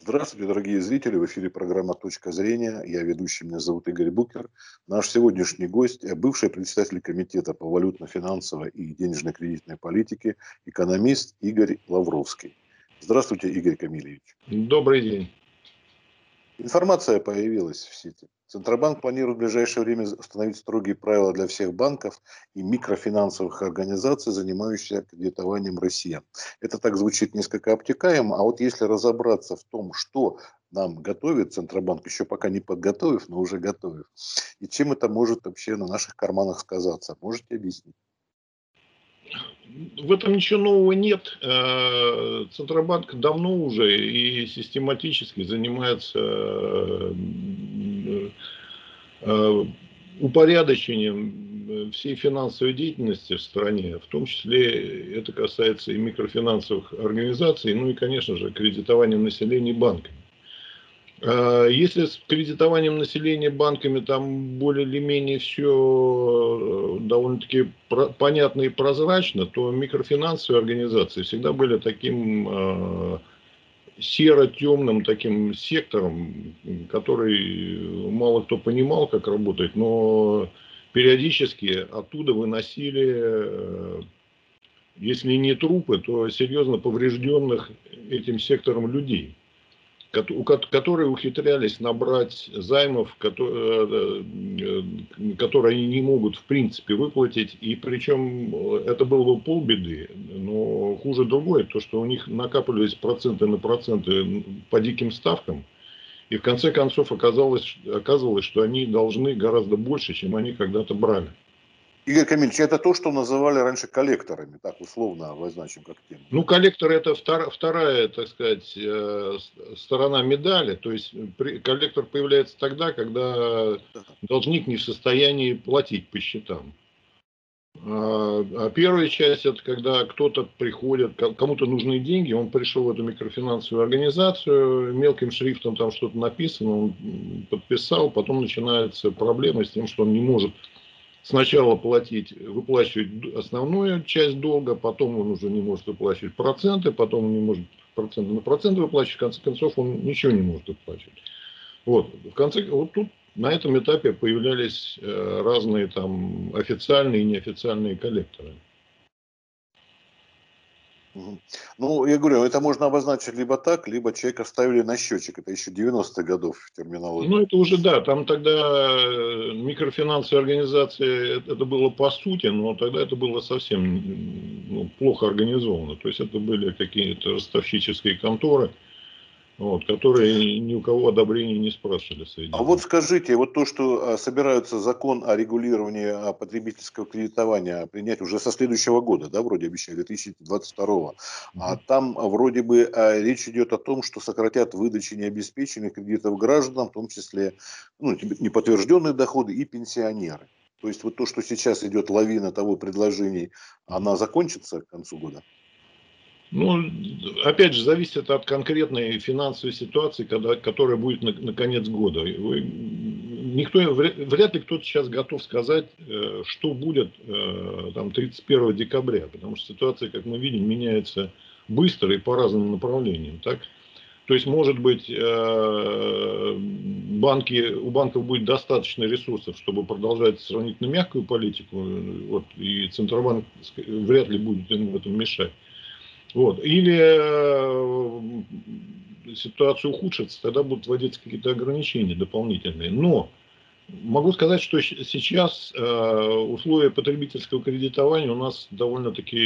Здравствуйте, дорогие зрители. В эфире программа «Точка зрения». Я ведущий, меня зовут Игорь Букер. Наш сегодняшний гость – бывший председатель Комитета по валютно-финансовой и денежно-кредитной политике, экономист Игорь Лавровский. Здравствуйте, Игорь Камильевич. Добрый день. Информация появилась в сети. Центробанк планирует в ближайшее время установить строгие правила для всех банков и микрофинансовых организаций, занимающихся кредитованием россиян. Это так звучит несколько обтекаемо, а вот если разобраться в том, что нам готовит Центробанк, еще пока не подготовив, но уже готовив, и чем это может вообще на наших карманах сказаться, можете объяснить? В этом ничего нового нет. Центробанк давно уже и систематически занимается упорядочением всей финансовой деятельности в стране, в том числе это касается и микрофинансовых организаций, ну и, конечно же, кредитования населения банками. Если с кредитованием населения банками там более или менее все довольно-таки понятно и прозрачно, то микрофинансовые организации всегда были таким серо-темным таким сектором, который мало кто понимал, как работает, но периодически оттуда выносили, если не трупы, то серьезно поврежденных этим сектором людей, которые ухитрялись набрать займов, которые они не могут в принципе выплатить. И причем это было бы полбеды, но хуже другое, то что у них накапливались проценты на проценты по диким ставкам. И в конце концов оказалось, что они должны гораздо больше, чем они когда-то брали. Игорь Камильевич, это то, что называли раньше коллекторами, так условно обозначим как тему. Ну, Да? коллектор это вторая, так сказать, сторона медали. То есть коллектор появляется тогда, когда должник не в состоянии платить по счетам. А первая часть это когда кто-то приходит, кому-то нужны деньги, он пришел в эту микрофинансовую организацию, мелким шрифтом там что-то написано, он подписал, потом начинаются проблемы с тем, что он не может сначала выплачивать основную часть долга, потом он уже не может выплачивать проценты, потом он не может проценты на проценты выплачивать, в конце концов он ничего не может выплачивать. Вот тут на этом этапе появлялись разные там официальные и неофициальные коллекторы. Ну, я говорю, это можно обозначить либо так, либо человека ставили на счетчик. Это еще 90-х годов терминология. Ну, это уже, да, там тогда микрофинансовые организации, это было по сути, но тогда это было совсем плохо организовано. То есть, это были какие-то ростовщические конторы, которые ни у кого одобрения не спрашивали. А вот скажите, вот то, что собираются закон о регулировании потребительского кредитования принять уже со следующего года, да, вроде обещали, 2022. А там вроде бы речь идет о том, что сократят выдачу необеспеченных кредитов гражданам, в том числе неподтвержденные доходы и пенсионеры. То есть вот то, что сейчас идет лавина того предложений, она закончится к концу года? Ну, опять же, зависит от конкретной финансовой ситуации, которая будет на конец года. Вряд ли кто-то сейчас готов сказать, что будет там 31 декабря, потому что ситуация, как мы видим, меняется быстро и по разным направлениям. Так? То есть, может быть, у банков будет достаточно ресурсов, чтобы продолжать сравнительно мягкую политику, и Центробанк вряд ли будет им в этом мешать. Или ситуация ухудшится, тогда будут вводиться какие-то ограничения дополнительные. Но могу сказать, что сейчас условия потребительского кредитования у нас довольно-таки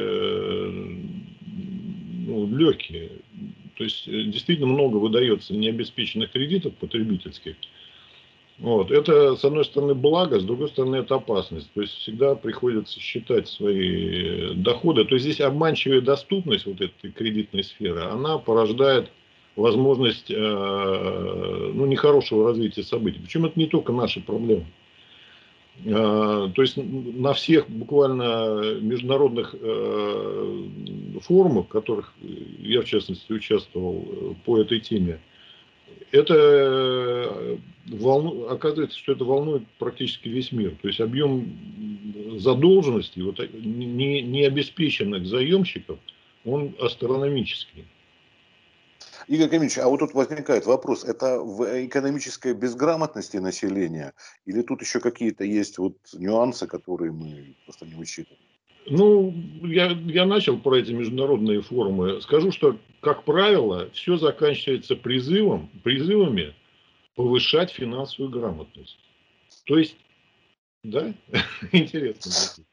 легкие. То есть действительно много выдается необеспеченных кредитов потребительских. Это, с одной стороны, благо, с другой стороны, это опасность. То есть, всегда приходится считать свои доходы. То есть, здесь обманчивая доступность этой кредитной сферы, она порождает возможность нехорошего развития событий. Причем это не только наши проблемы. То есть, на всех буквально международных форумах, в которых я, в частности, участвовал по этой теме, оказывается, что это волнует практически весь мир. То есть объем задолженности необеспеченных заемщиков, он астрономический. Игорь Камильевич, а вот тут возникает вопрос, это в экономической безграмотности населения или тут еще какие-то есть вот нюансы, которые мы просто не учитываем? Ну, я начал про эти международные форумы. Скажу, что, как правило, все заканчивается призывами повышать финансовую грамотность. То есть, да, интересно.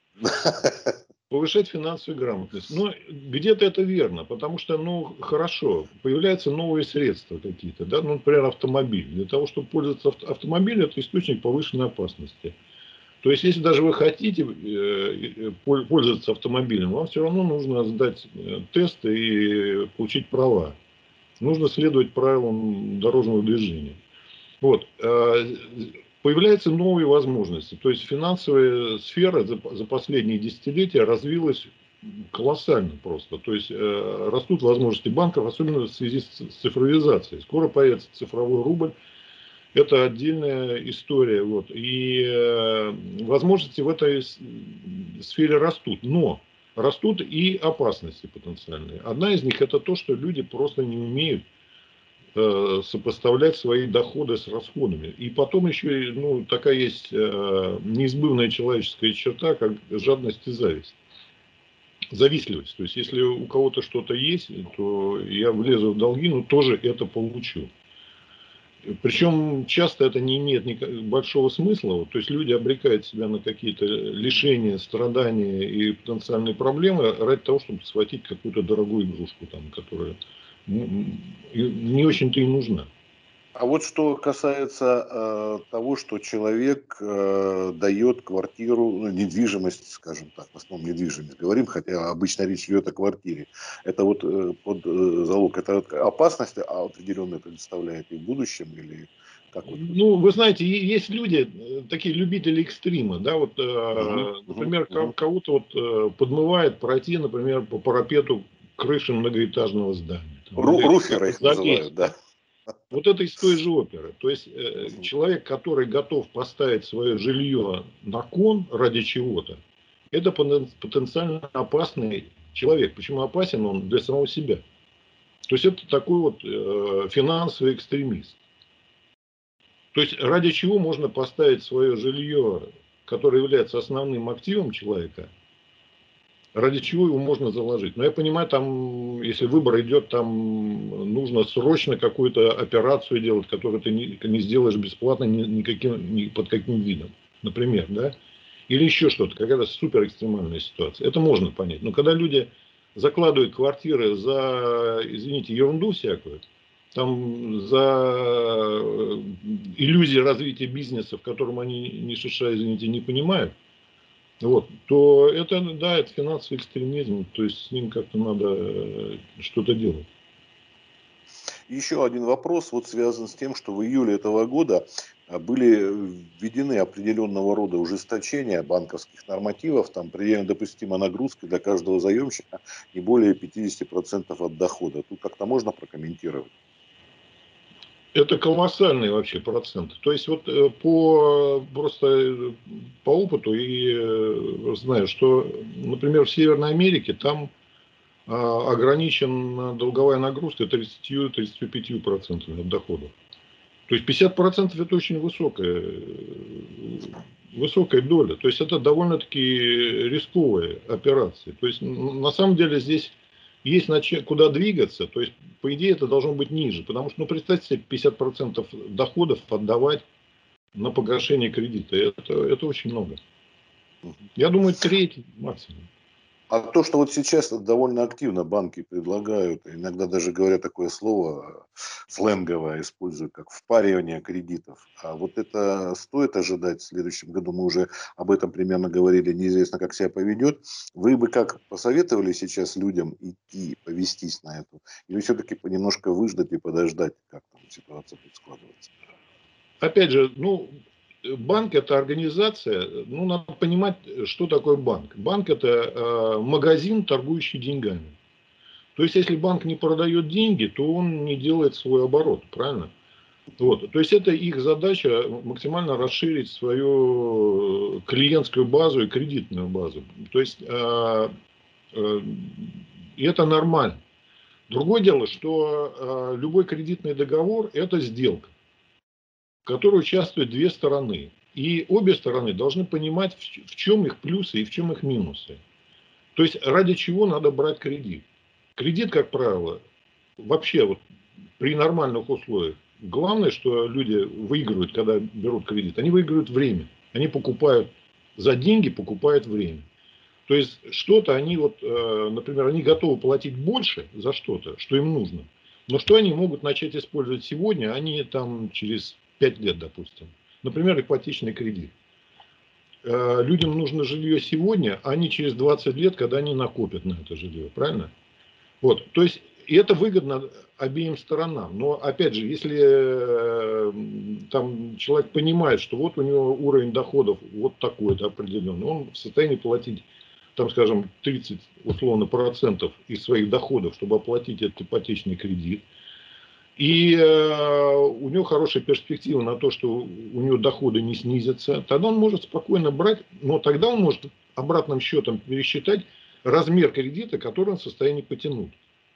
Повышать финансовую грамотность. Но где-то это верно, потому что, ну, хорошо, появляются новые средства какие-то, да, ну, например, автомобиль. Для того, чтобы пользоваться автомобилем, это источник повышенной опасности. То есть, если даже вы хотите пользоваться автомобилем, вам все равно нужно сдать тест и получить права. Нужно следовать правилам дорожного движения. Вот. Появляются новые возможности. То есть финансовая сфера за последние десятилетия развилась колоссально просто. То есть растут возможности банков, особенно в связи с цифровизацией. Скоро появится цифровой рубль. Это отдельная история. Вот. И возможности в этой сфере растут. Но растут и опасности потенциальные. Одна из них это то, что люди просто не умеют сопоставлять свои доходы с расходами. И потом еще ну, такая есть неизбывная человеческая черта, как жадность и зависть. Завистливость. То есть, если у кого-то что-то есть, то я влезу в долги, но тоже это получу. Причем часто это не имеет большого смысла. То есть люди обрекают себя на какие-то лишения, страдания и потенциальные проблемы ради того, чтобы схватить какую-то дорогую игрушку, там, которая не очень-то и нужна. А вот что касается того, что человек дает квартиру, ну, недвижимость, скажем так, в основном недвижимость говорим, хотя обычно речь идет о квартире. Это вот под залог, это вот опасность определенную предоставляет и в будущем, или как вот? Ну, вы знаете, есть люди, такие любители экстрима, да, вот, Мгм, мгм, например, мгм. кого-то вот подмывает пройти, например, по парапету крыши многоэтажного здания, там, или Руферы как-то их называют, залезть, да. да. Вот это из той же оперы. То есть Мгм. человек, который готов поставить свое жилье на кон ради чего-то, это потенциально опасный человек. Почему опасен он для самого себя? То есть это такой вот финансовый экстремист. То есть ради чего можно поставить свое жилье, которое является основным активом человека, ради чего его можно заложить. Но я понимаю, там, если выбор идет, там нужно срочно какую-то операцию делать, которую ты не сделаешь бесплатно ни под каким видом. Например, да? Или еще что-то, какая-то супер экстремальная ситуация. Это можно понять. Но когда люди закладывают квартиры за, извините, ерунду всякую, там за иллюзии развития бизнеса, в котором они ни шиша, извините, не понимают, вот, то это, да, это финансовый экстремизм, то есть с ним как-то надо что-то делать. Еще один вопрос вот связан с тем, что в июле этого года были введены определенного рода ужесточения банковских нормативов, там предельно допустимая нагрузка для каждого заемщика не более 50% от дохода. Тут как-то можно прокомментировать? Это колоссальный вообще процент. То есть вот по опыту и знаю, что, например, в Северной Америке там ограничена долговая нагрузка 30-35% от дохода. То есть 50% это очень высокая доля. То есть это довольно-таки рисковые операции. То есть на самом деле здесь есть куда двигаться. То есть по идее это должно быть ниже. Потому что, ну, представьте себе 50% доходов отдавать на погашение кредита. Это очень много. Я думаю, треть максимум. А то, что вот сейчас довольно активно банки предлагают, иногда даже говорят такое слово сленговое, используют как впаривание кредитов. А вот это стоит ожидать в следующем году? Мы уже об этом примерно говорили, неизвестно, как себя поведет. Вы бы как посоветовали сейчас людям идти, повестись на эту? Или все-таки немножко выждать и подождать, как там ситуация будет складываться? Опять же, ну, банк это организация, ну, надо понимать, что такое банк. Банк это магазин, торгующий деньгами. То есть, если банк не продает деньги, то он не делает свой оборот, правильно? Вот. То есть, это их задача максимально расширить свою клиентскую базу и кредитную базу. То есть, и это нормально. Другое дело, что любой кредитный договор – это сделка, в которой участвуют две стороны. И обе стороны должны понимать, в чем их плюсы и в чем их минусы. То есть ради чего надо брать кредит. Кредит, как правило, вообще вот при нормальных условиях, главное, что люди выигрывают, когда берут кредит, они выигрывают время. Они покупают за деньги, покупают время. То есть что-то они вот, например, они готовы платить больше за что-то, что им нужно. Но что они могут начать использовать сегодня, а не там через 5 лет, допустим. Например, ипотечный кредит. Людям нужно жилье сегодня, а не через 20 лет, когда они накопят на это жилье. Правильно? Вот, то есть, и это выгодно обеим сторонам. Но, опять же, если там человек понимает, что вот у него уровень доходов вот такой-то определенный, он в состоянии платить, там, скажем, 30 условно процентов из своих доходов, чтобы оплатить этот ипотечный кредит. И у него хорошая перспектива на то, что у него доходы не снизятся, тогда он может спокойно брать, но тогда он может обратным счетом пересчитать размер кредита, который он в состоянии потянуть.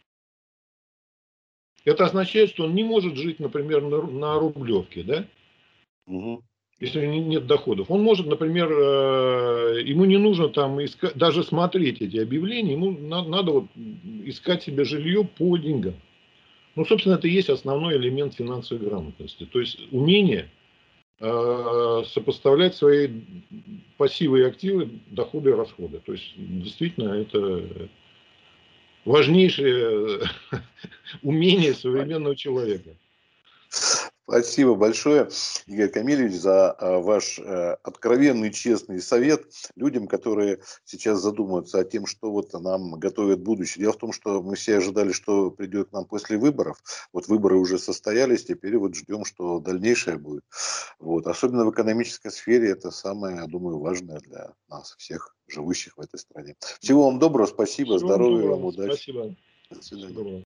Это означает, что он не может жить, например, на Рублевке, да? Мгм. Если у него нет доходов. Он может, например, ему не нужно там искать, даже смотреть эти объявления, ему надо вот искать себе жилье по деньгам. Ну, собственно, это и есть основной элемент финансовой грамотности. То есть умение сопоставлять свои пассивы и активы, доходы и расходы. То есть действительно это важнейшее умение современного человека. Спасибо большое, Игорь Камильевич, за ваш откровенный, честный совет людям, которые сейчас задумываются о том, что вот нам готовит будущее. Дело в том, что мы все ожидали, что придет к нам после выборов. Вот выборы уже состоялись, теперь вот ждем, что дальнейшее будет. Вот. Особенно в экономической сфере это самое, я думаю, важное для нас всех, живущих в этой стране. Всего вам доброго, спасибо, Всего вам здоровья вам, доброго. удачи. Спасибо. До Всего свидания. доброго.